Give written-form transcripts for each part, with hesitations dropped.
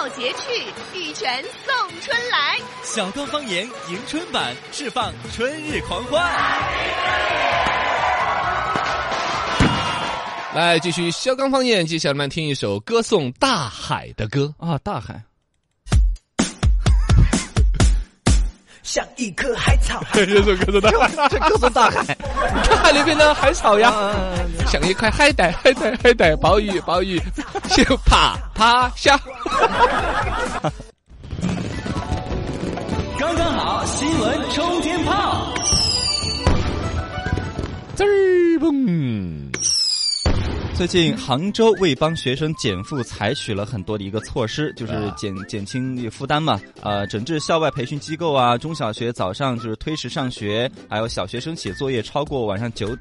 过节去，玉泉送春来。 小刚方言迎春版，释放春日狂欢。 来，继续小刚方言，接下来我们听一首歌颂大海的歌啊，大海。 像一棵海草， 这首歌颂大海， 这歌颂大海。 你看海里边的海草呀，像一块海带，鲍鱼，就啪下。 刚刚好，新闻冲天炮， 滋儿嘣。 最近杭州为帮学生减负采取了很多的一个措施，就是减轻负担嘛。整治校外培训机构啊，中小学早上就是推迟上学，还有小学生写作业超过晚上9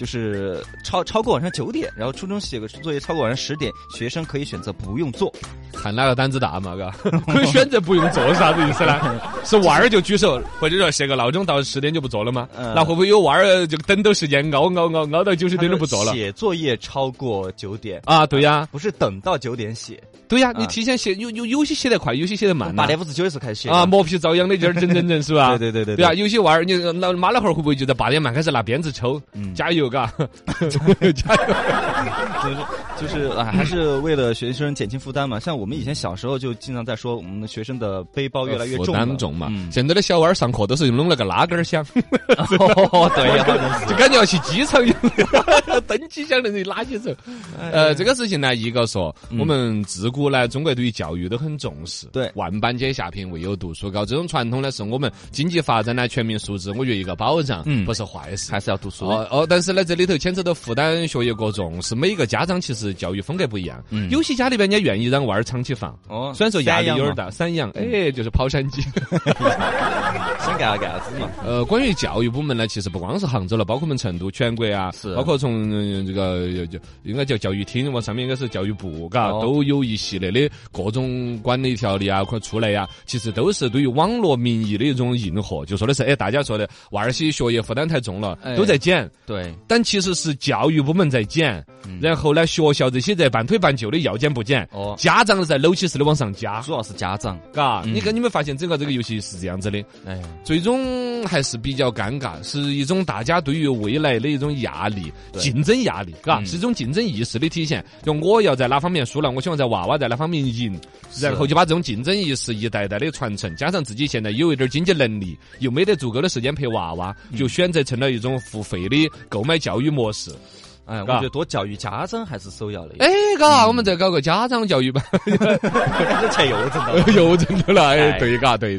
点，然后初中写个作业超过晚上10点，学生可以选择不用做。 看哪个胆子大嘛，嘎，可以选择不用做，啥子意思呢？是娃儿就举手，或者说设个闹钟到10点就不做了吗？那会不会有娃儿就等到时间熬到90点都不做了？ 写作业超过9点啊，对呀， 不是等到9点写。 对呀，你提前写，有些写得快，有些写得慢。 8点59的时候开始写啊，磨皮遭殃的劲儿，整是吧？ 对啊，有些娃儿你妈那会儿会不会就在8点半开始拿鞭子抽？加油，嘎，加油！ 就是还是为了学生减轻负担嘛。像我们以前小时候就经常在说，我们的学生的背包越来越重，负担重嘛。现在的小娃儿上课都是弄了个拉杆箱， 对呀， 就感觉要去机场一样，登机箱的人拉起走。这个事情呢，一个说我们自古来中国对于教育都很重视， 对， 万般皆下品，唯有读书高，这种传统呢是我们经济发展呢全民素质，我觉得一个保障，不是坏事， 还是要读书但是呢这里头牵扯到负担学业过重，是每一个家长其实教育风格不一样，有些家里边人家愿意让娃儿长期放，虽然说压力有点大，散养，就是跑山鸡， 想干啥子嘛。 关于教育部门呢，其实不光是杭州了，包括我们成都、全国啊，包括从这个应该叫教育厅往上面应该是教育部，嘎，都有一系列的各种管理条例啊出来呀，其实都是对于网络民意的一种应和，就说的是大家说的娃儿些学业负担太重了，都在减， 对， 但其实是教育部门在减，然后呢学校这些在半推半就的要减不减，家长在搂起似的往上加， 主要是家长， 嘎，你们发现整个这个游戏是这样子的，最终还是比较尴尬，是一种大家对于未来的一种压力，竞争压力，嘎，是一种竞争意识的体现，就我要在哪方面输了，我希望在娃娃在哪方面赢，然后就把这种竞争意识一代代的传承，加上自己现在有一点经济能力，又没得足够的时间陪娃娃，就选择成了一种付费的购买教育模式。 我觉得多教育家长还是首要的。 嘎，我们再搞个家长教育吧， 这钱又挣到了，对，嘎，对。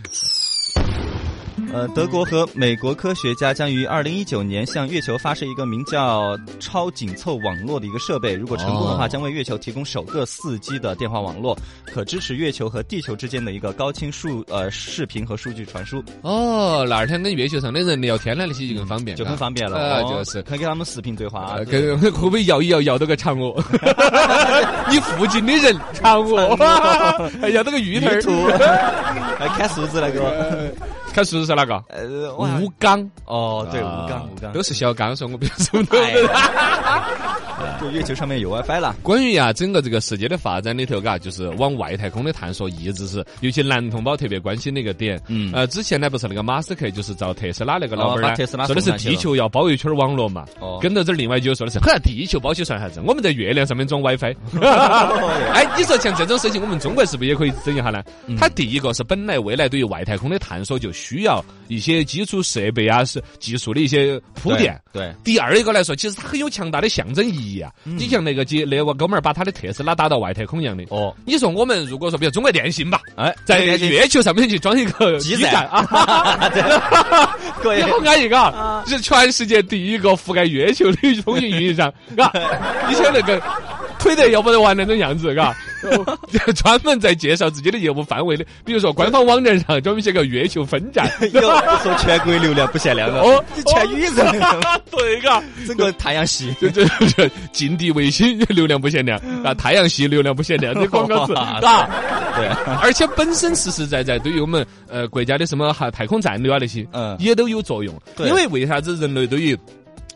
德国和美国科学家将于2019年向月球发射一个名叫超紧凑网络的一个设备，如果成功的话，将为月球提供首个4G 的电话网络，可支持月球和地球之间的一个高清视频和数据传输。 那2天跟月球上的人聊天了，那些就更方便， 就很方便了， 就是可以给他们视频对话， 会不会摇到个嫦娥？你附近的人嫦娥，还摇到个鱼头， 看数字那个。 看数字是哪个？吴刚。 对，吴刚都是小刚，说我不要说的。 就月球上面有 WiFi 了。 关于整个这个世界的发展里头，嘎，就是往外太空的探索，一直是尤其男同胞特别关心的一个点。之前呢，不是那个马斯克就是造特斯拉那个老板呢，说的是地球要包一圈网络嘛。跟到这儿，另外就说的是，地球包起算啥子？我们在月亮上面装 WiFi。你说像这种事情，我们中国是不是也可以整一下呢？它第一个是本来未来对于外太空的探索就需要一些基础设备啊，是技术的一些铺垫。 对。 第二一个来说，其实它很有强大的象征意义啊。你像那个哥们儿把他的特斯拉打到外太空一样的。你说我们如果说比如中国电信吧，在月球上面去装一个基站啊， 可以， 好安逸嘎，是全世界第一个覆盖月球的通讯运营商，嘎，你想那个推得要不得完那种样子，嘎。专门在介绍自己的业务范围的，比如说官方网站上专门写个月球分站， 有说全国流量不限量的，全宇宙， 对嘎， 整个太阳系， 这近地卫星流量不限量啊，太阳系流量不限量，这广告词啊， 对， 而且本身实实在在对于我们国家的什么太空战略啊那些，也都有作用，因为为啥子人类对于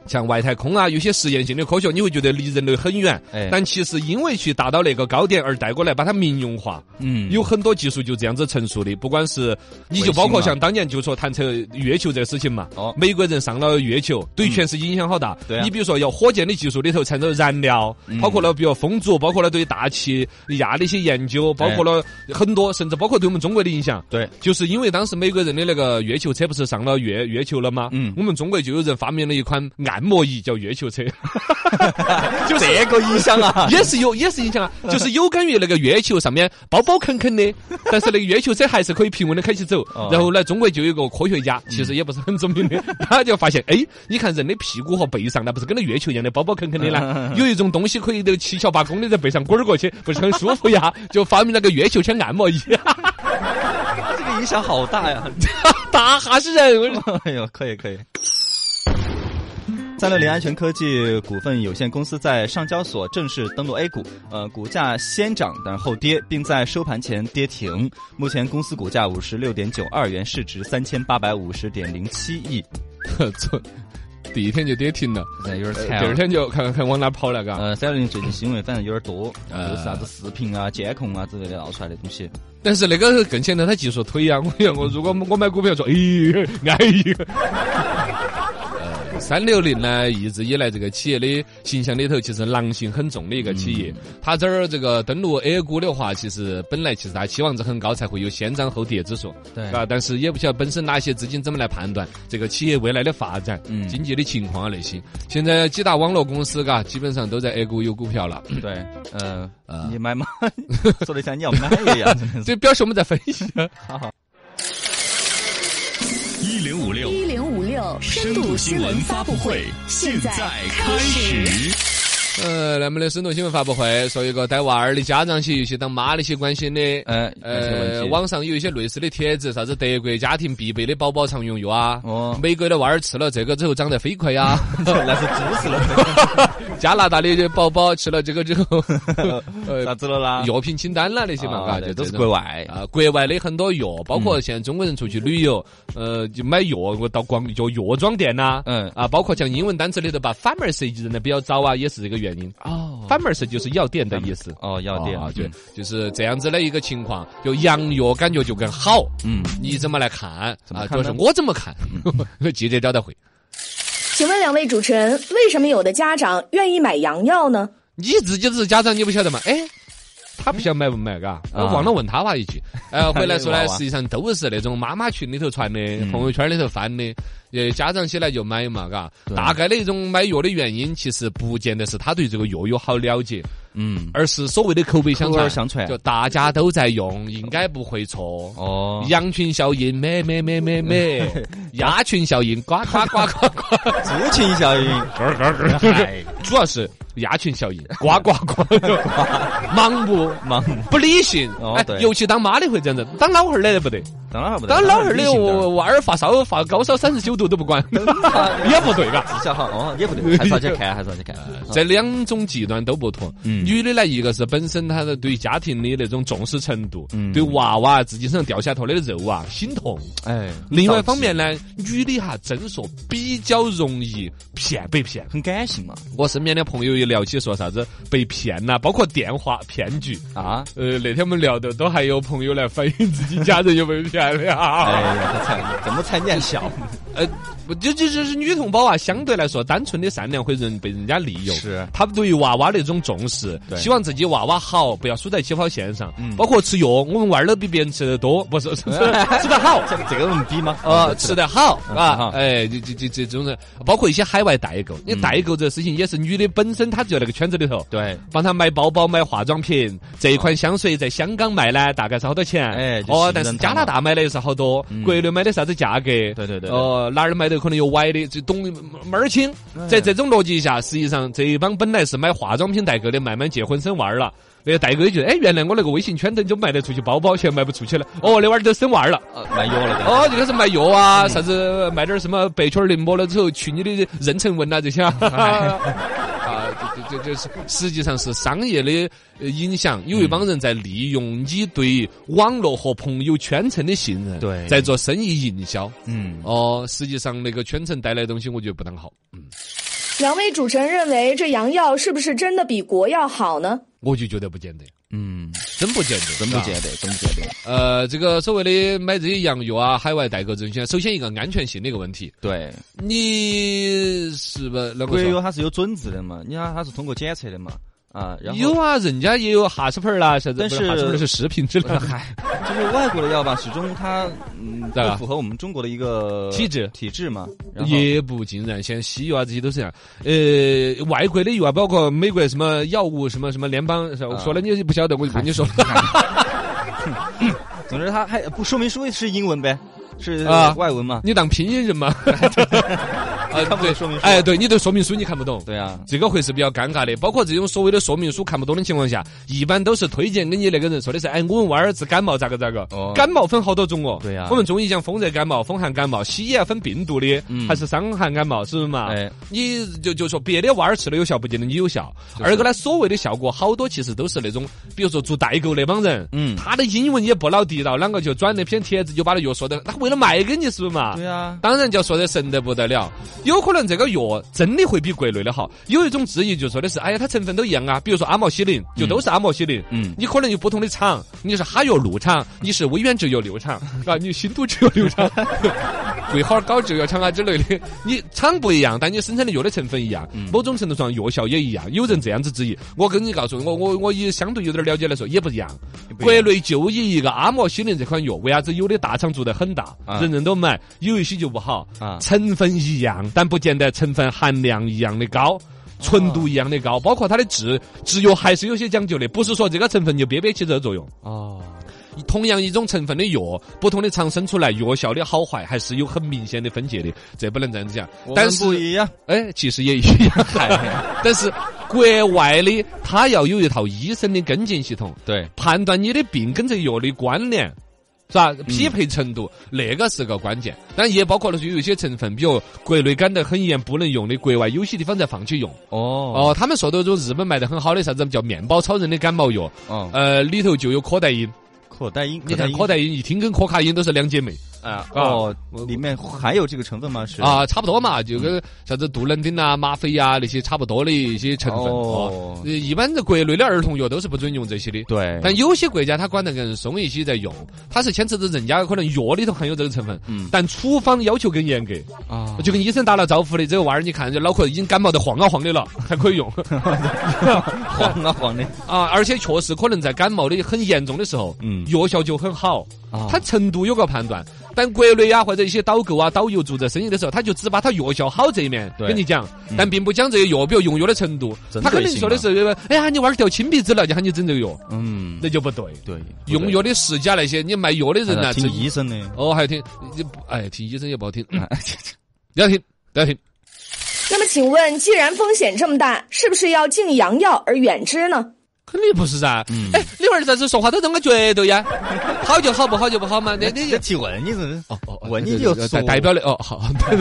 像外太空啊，有些实验性的科学，你会觉得离人类很远，但其实因为去达到那个高点而带过来把它民用化，有很多技术就这样子成熟的，不管是你就包括像当年就说谈测月球这个事情嘛，美国人上了月球，对全世界影响好大。你比如说要火箭的技术里头掺着燃料，包括了比如风阻，包括了对大气压的一些研究，包括了很多，甚至包括对我们中国的影响。 对， 就是因为当时美国人的那个月球车不是上了月球了吗？我们中国就有人发明了一款按摩仪叫月球车， 就这个影响啊， 也是影响啊，就是有感于那个月球上面包包坑坑的，但是那个月球车还是可以平稳的开起走。然后呢，中国就有一个科学家，其实也不是很聪明的，他就发现，你看人的屁股和背上那不是跟那月球一样的包包坑坑的呢？有一种东西可以七巧八公的在背上滚过去，不是很舒服呀？就发明了个月球车按摩仪。 这个影响好大呀， 大哈死人！ 哎呦，可以。360安全科技股份有限公司在上交所正式登陆 A 股，股价先涨但后跌，并在收盘前跌停。目前公司股价56.92元，市值3850.07亿。 第一天就跌停了， 有点惨。 第二天就看往哪跑了，嘎。 360最近新闻反正有点多，就是啥子视频啊、监控啊之类的闹出来的东西。 但是那个更显得他技术推啊！我如果我买股票说，360呢，一直以来这个企业的形象里头，其实狼性很重的一个企业。它这儿这个登陆 A 股的话，其实本来其实它期望值很高，才会有先涨后跌之说。对啊，但是也不晓得本身哪些资金怎么来判断这个企业未来的发展、经济的情况啊那些。现在几大网络公司基本上都在 A 股有股票了。 对，你买吗？说得像你要买一样， 这表示我们在分析。 好。 1056深度新闻发布会现在开始。 那么的深度新闻发布会说一个带娃儿的家长些，尤其当妈的些关心的，网上有一些类似的帖子，啥子德国家庭必备的宝宝常用药啊，美国的娃儿吃了这个之后长得飞快呀， 那是猪死了。 加拿大的宝宝吃了这个之后， 啥子了啦？ 药品清单啦那些嘛， 就都是国外啊，国外的很多药，包括现在中国人出去旅游，就买药，我到逛叫药妆店呐，包括像英文单词里头把pharmacy认得比较早啊，也是这个原因。pharmacy 就是药店的意思。 药店啊， 就是这样子的一个情况，就洋药感觉就更好。你怎么来看？就是我怎么看？记者招待会。 请问两位主持人，为什么有的家长愿意买洋药呢？ 你自己是家长，你不晓得吗？他不晓得买不买，嘎，忘了问他吧一句。回来说呢，实际上都是那种妈妈群里头传的，朋友圈里头翻的。家长起来就买嘛，嘎。大概的一种买药的原因，其实不见得是他对这个药有好了解，而是所谓的口碑相传，就大家都在用，应该不会错。羊群效应，咩，鸭群效应，呱呱呱呱呱， 猪群效应， 主要是鸭群效应，呱呱呱，盲目不理性。尤其当妈的会这样子，当老汉儿的不得。当老汉儿的娃儿发烧发高烧39度都不管，也不对，嘎， 治效好也不对，还是要去看。 这两种极端都不妥。女的呢，一个是本身她的对家庭的那种重视程度，对娃娃自己身上掉下头的肉啊心痛。另外一方面呢，女的真说比较容易被骗， 很感性嘛。 我身边的朋友也聊起说啥子被骗呐，包括电话骗局啊。那天我们聊的都还有朋友来反映自己家人有被骗了呀。 哎呀，这么才年小。 就是女同胞啊，相对来说单纯的善良会被人家利用。是，他对于娃娃的一种重视，希望自己娃娃好，不要输在起跑线上。包括吃药，我们娃儿都比别人吃得多，不是吃得好， 这个能比吗？ 吃得好啊，这种人，包括一些海外代购，你代购这事情也是女的本身她就在那个圈子里头， 对， 帮她买包包、买化妆品，这一款香水在香港卖呢，大概是好多钱？但是加拿大买的又是好多，国内买的啥子价格？ 对， 哪儿买的可能有歪的，就懂门儿清。在这种逻辑下，实际上这一帮本来是买化妆品代购的，慢慢结婚生娃儿了。那个代购就觉得，原来我那个微信圈等就卖得出去包包，现在卖不出去了。那娃儿都生娃儿了， 卖药了。 就开始卖药啊，啥子卖点什么白圈淋膜了之后，去你的妊娠纹啊这些。就是实际上是商业的影响，有一帮人在利用你对网络和朋友圈层的信任， 对， 在做生意营销。实际上那个圈层带来的东西，我觉得不当好。 两位主持人认为这洋药是不是真的比国药好呢？ 我就觉得不见得。真不见得， 真不见得。 这个所谓的买这些洋药啊，海外代购证券，首先一个安全性的一个问题。 对， 你是不是国药它是有准字的嘛？你看它是通过检测的嘛？然后有啊，人家也有哈士盆啦， 但是哈士盆是食品之类的， 就是外国的药吧，始终它不符合我们中国的一个体质嘛。 也不尽然，现在西药啊这些都是这样。外国的药啊，包括美国什么药物什么联邦，说了你不晓得，我就不跟你说了。 总之，它还不说明书是英文呗，是外文嘛？ 你当拼音人吗？ 看不懂说明书。 对，你的说明书你看不懂。 对啊， 这个会是比较尴尬的。包括这种所谓的说明书看不懂的情况下，一般都是推荐给你那个人说的是，我们娃儿治感冒咋个。感冒分好多种哦。 对啊。 我们中医讲风热感冒、风寒感冒，西医分病毒的，还是伤寒感冒，是不是嘛？你就说别的娃儿吃了有效，不见得你有效。二个呢，所谓的效果好多其实都是那种，比如说做代购那帮人，他的英文也不老地道，啷个就转那篇帖子就把那药说的，他为了卖给你是不是嘛？ 对啊。当然就说的神得不得了。有可能这个药真的会比国内的好。有一种质疑就说的是，它成分都一样啊，比如说阿莫西林，就都是阿莫西林。你可能有不同的厂，你是哈药六厂，你是威远制药六厂，你新都制药六厂，贵好高制药厂啊之类的，你厂不一样，但你生产的药的成分一样，某种程度上药效也一样。有人这样子质疑，我跟你告诉我以相对有点了解来说也不一样。国内就以一个阿莫西林这款药，为啥子有的大厂做得很大，人人都买，有一些就不好。成分一样，但不见得成分含量一样的高，纯度一样的高，包括它的制药还是有些讲究的，不是说这个成分就憋起这个作用。同样一种成分的药，不同的厂生出来药效的好坏还是有很明显的分界的，这不能这样子讲。但是不一样， 其实也一样。但是国外的它要有一套医生的跟进系统， 对， 判断你的病跟这药的关联。是吧？匹配程度那个是个关键，但也包括了有一些成分，比如国内赶得很严不能用的，国外有些地方在放弃用。他们说的这种日本卖得很好的啥子叫面包超人的感冒药，里头就有可待因。你看可待因一听跟可卡因都是两姐妹。 里面含有这个成分吗？是差不多嘛，就跟啥子杜冷丁啊、吗啡啊那些差不多的一些成分。一般的国内的儿童药都是不准用这些的。 对， 但有些国家它管得更松一些在用，它是牵扯着人家可能药里头含有这个成分，但处方要求更严格就跟医生打了招呼的，这个娃儿你看这脑壳已经感冒得晃啊晃的了，才可以用。 晃啊晃的而且确实可能在感冒的很严重的时候，药效就很好。它程度有个判断，但国内啊或者一些导购啊导游做这生意的时候，他就只把它药效好这一面跟你讲，但并不讲这些药，比如用药的程度。他肯定说的是，你娃儿掉青鼻子了，就喊你整这个药，那就不对。 对， 用药的世家那些，你卖药的人呢， 听医生的。 还要听，听医生也不好听，要听。 那么请问，既然风险这么大，是不是要敬洋药而远之呢？ 肯定不是噻。你儿子说话都这么绝对呀？好就好，不好就不好嘛。你提问你是问你就代表的好。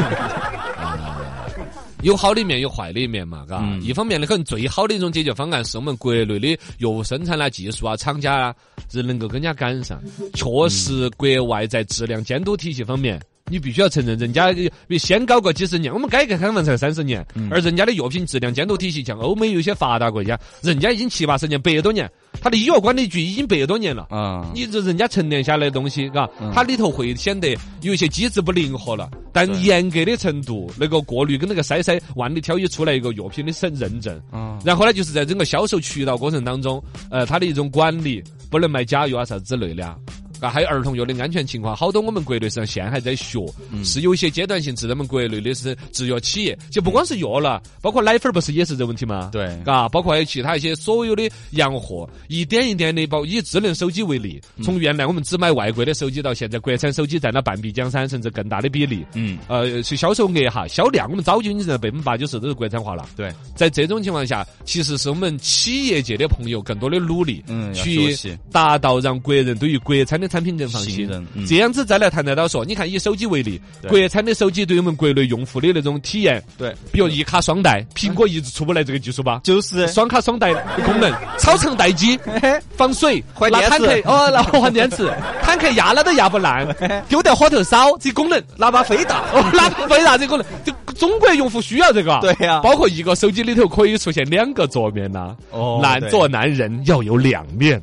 有好的一面，有坏的一面嘛，嘎。一方面呢，可能最好的一种解决方案是我们国内的药物生产技术啊、厂家啊，人能够更加赶上。确实，国外在质量监督体系方面。你必须要承认，人家先搞过几十年，我们改革开放才30年，而人家的药品质量监督体系，像欧美有些发达国家，人家已经70、80年、100多年，他的医药管理局已经100多年了你这人家沉淀下来的东西，嘎，它里头会显得有一些机制不灵活了，但严格的程度，那个过滤跟那个筛万里挑一出来一个药品的认证然后呢，就是在整个销售渠道过程当中，它的一种管理，不能卖假药啊啥之类的还有儿童药的安全情况，好多我们国内上现在还在学，是有一些阶段性治咱们国内的是制药企业，就不光是药了，包括奶粉不是也是这问题吗？ 对， 包括还有其他一些所有的洋货，一点一点的以智能手机为例，从原来我们只买外国的手机，到现在国产手机占了半壁江山，甚至更大的比例。是销售额销量，我们早就已经在80%-90%都是国产化了。 对， 在这种情况下，其实是我们企业界的朋友更多的努力，去达到让国人对于国产的产品更放心，这样子再来谈到说，你看以手机为例，国产的手机对我们国内用户的那种体验，比如一卡双待，苹果一直出不来这个技术吧， 就是双卡双待的功能，超长待机，防水， 换电池， 那换电池，坦克压了都压不烂，丢在火头烧，这功能， 喇叭飞大， 喇叭飞大这功能，就中国用户需要这个。 对呀， 包括一个手机里头可以出现2个桌面呐。做男人要有2面，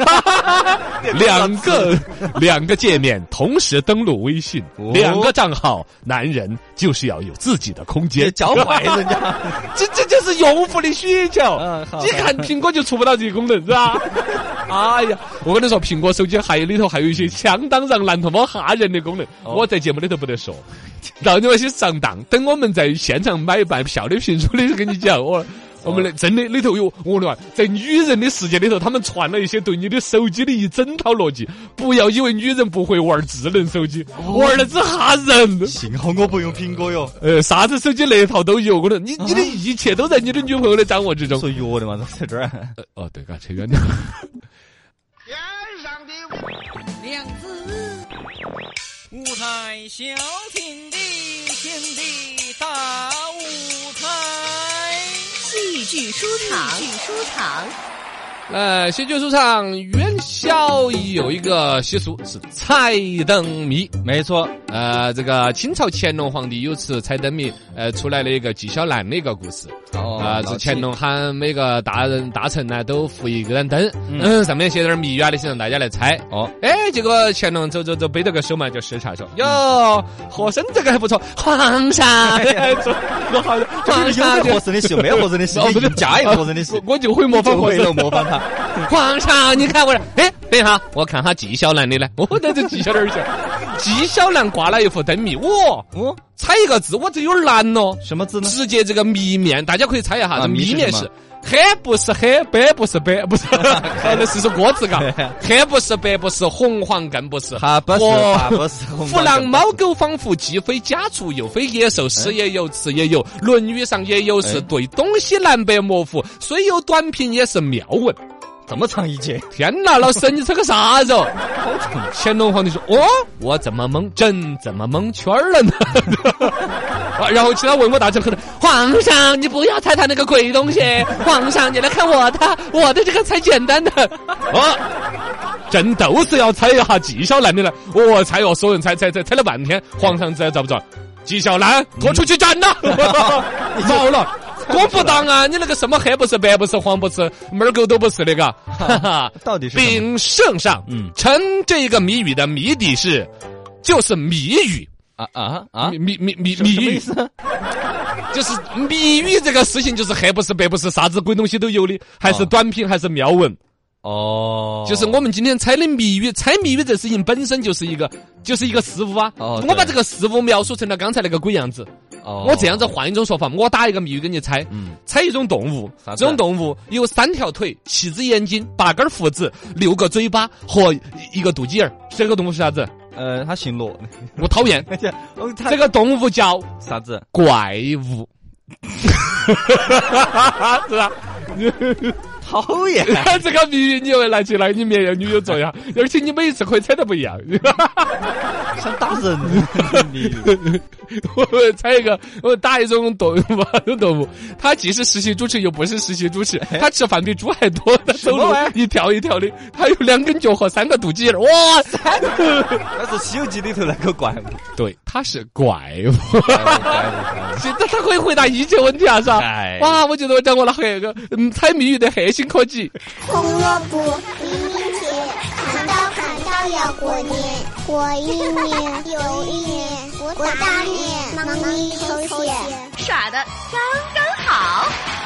两个界面同时登录微信，2个账号，男人就是要有自己的空间。 教坏人家， 这就是用户的需求。你看苹果就出不到这个功能是吧？哎呀，我跟你说，苹果手机里头还有一些相当让男同胞吓人的功能，我在节目里头不得说，让你们去上当。等我们在现场买票的评书里头跟你讲，我们的真的里头有我的话，在女人的世界里头，他们传了一些对你的手机的一整套逻辑。不要以为女人不会玩智能手机，玩的只吓人。 幸好我不用苹果哟。 啥子手机那套都有，你的一切都在你的女朋友的掌握之中。 说约的嘛，在这儿。 对嘎，扯远点。 天上的两字，舞台小天地，天地大舞台。 戏剧书场。 戏剧书场元宵有一个习俗是猜灯谜， 没错。 这个清朝乾隆皇帝有次猜灯谜，出来了一个纪晓岚的一个故事。这乾隆喊每个大臣呢都扶一个灯，上面写点谜语啊，那些让大家来猜。结果乾隆走背着个手嘛，就视察说：“哟，和珅这个还不错，皇上。” 皇上有和珅的戏，没有和珅的戏，加一个和珅的戏， 我就会模仿和珅， 模仿他。 皇上，你看我这，等一下，我看下纪晓岚的呢。那这纪晓岚去，纪晓岚挂了一副灯谜，猜一个字，这有点难哦。 什么字呢？ 直接这个谜面，大家可以猜一下，这谜面是黑不是黑，白不是白，不是，那是首歌词嘎。黑不是白不是，红黄更不是， 白不是红。 虎狼猫狗仿佛既非家畜又非野兽，是也有，雌也有，论语上也有，是对东西南北模糊，虽有短评也是妙文。 这么长一节， 天哪，老师你这个啥子？乾隆皇帝说：“我怎么蒙圈了呢？”然后其他文武大臣可能：“皇上，你不要猜他那个鬼东西，皇上你来看我的这个才简单的。”朕都是要猜一下纪晓岚的了。猜所有人猜了半天，皇上知不知道？纪晓岚，拖出去斩了！糟了。公不当啊！你那个什么黑不是白不是黄不是门狗都不是那个， 到底是禀圣上，称这个谜语的谜底就是谜语谜语，就是谜语这个事情，就是黑不是白不是啥子鬼东西都有的，还是短评还是妙文。就是我们今天猜的谜语，猜谜语这事情本身就是一个事物啊。我把这个事物描述成了刚才那个鬼样子。我这样子换一种说法，我打一个谜语给你猜，猜一种动物，这种动物有3条腿、7只眼睛、8根胡子、6个嘴巴和1个肚脐眼。这个动物是啥子？ 它姓罗。 我讨厌。这个动物叫啥子？ 怪物。是吧？ 讨厌。 这个谜语你又拿起来，你面有女友做呀，而且你每一次可以猜的不一样。 想打人。 我猜一个，我打一种动物，它既是实习主持又不是实习主持，它吃饭比猪还多，它走路一条一条的，它有2根脚和3个肚脐眼。哇塞！ 那是《西游记》里头那个怪物。 对，它是怪物。现在它可以回答一切问题啊，是吧？哇，我觉得我掌握了猜谜语的核心科技。 红萝卜一年前，看到要过年，过一年又一年，过大年忙里偷闲， 耍得刚刚好。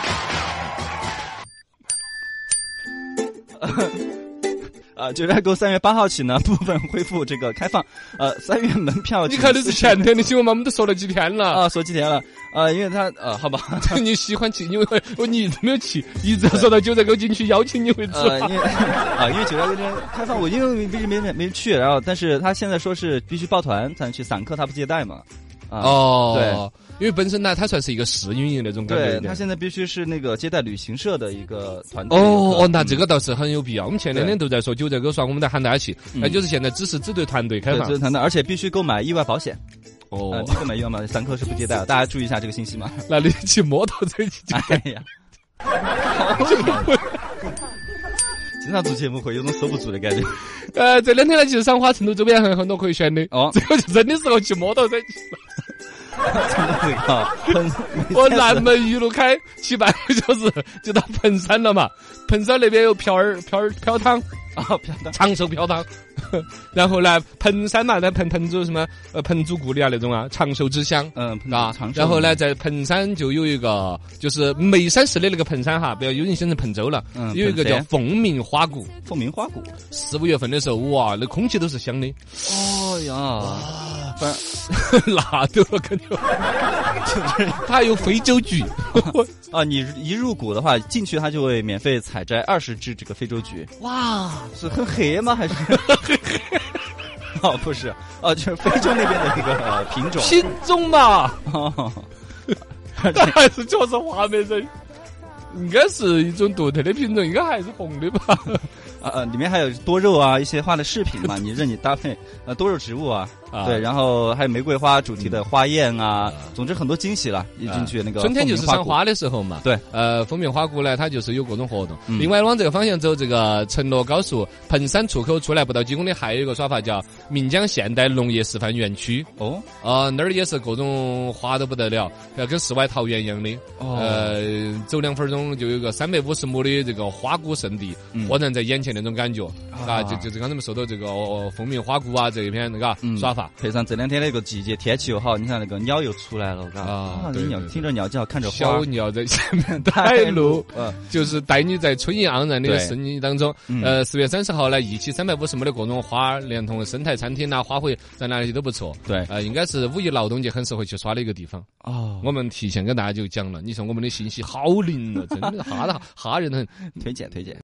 九寨沟3月8号起呢，部分恢复这个开放。3月门票。 你看的是前天的新闻吗？我们都说了几天了。 说几天了。因为他好吧， 你喜欢去，因为你一直没有去，一直说到九寨沟景区邀请你回去。 因为九寨沟这边开放，我因为没去，然后但是他现在说是必须抱团才能去，散客他不接待嘛。对， 因为本身呢，它算是一个试运营那种感觉。 对，他现在必须是那个接待旅行社的一个团队。 那这个倒是很有必要。我们前2天都在说九寨沟耍，我们在喊大家去，那就是现在只对团队开放， 对团队，而且必须购买意外保险。购买意外保险，散客是不接待的，大家注意一下这个信息嘛。 那你骑摩托车去？ 哎呀，经常做节目会有种收不住的感觉。 这2天呢，其实赏花成都周边还有很多可以选的。这个就真的适合骑摩托车去了。 我南门一路开7半个小时就到彭山了嘛，彭山那边有瓢汤啊， 长寿瓢汤。然后呢，彭山嘛，在彭祖什么彭祖故里啊那种啊，长寿之乡，啊，然后呢，在彭山就有一个，就是眉山市的那个彭山哈，不要有人想成彭州了，有一个叫凤鸣花谷。 凤鸣花谷 ，4、5月份的时候，哇，那空气都是香的。 哦呀， 那都感觉，就是它还有非洲菊啊！你一入谷的话，进去它就会免费采摘20只这个非洲菊。 哇， 是很黑吗？还是？哦，不是，哦，就是非洲那边的一个品种嘛。还是确实画面人，应该是一种独特的品种，应该还是红的吧。 里面还有多肉啊，一些花的饰品嘛，你任你搭配。多肉植物啊，对，然后还有玫瑰花主题的花宴啊，总之很多惊喜了。一进去那个春天就是赏花的时候嘛。 对， 凤鸣花谷呢，它就是有各种活动。另外往这个方向走，这个承诺高速彭山出口出来不到几公里，还有一个耍法叫岷江现代农业示范园区。 哦， 那儿也是各种花都不得了，跟世外桃源一样的。走2分钟就有一个350亩的这个花谷圣地，豁然在眼前那种感觉啊！就是刚才我们说到这个凤鸣花谷啊这一片那个耍法， 配上这2天那个季节天气又好，你看那个鸟又出来了，鸟听着鸟叫，看着花， 小鸟在前面带路，就是带你在春意盎然的生意当中。4月30号呢，一期350亩的各种花，连同生态餐厅啊、花卉在哪里都不错。 对， 应该是5一劳动节很适合去耍的一个地方。 哦， 我们提前跟大家就讲了，你说我们的信息好灵了，真的哈人很推荐。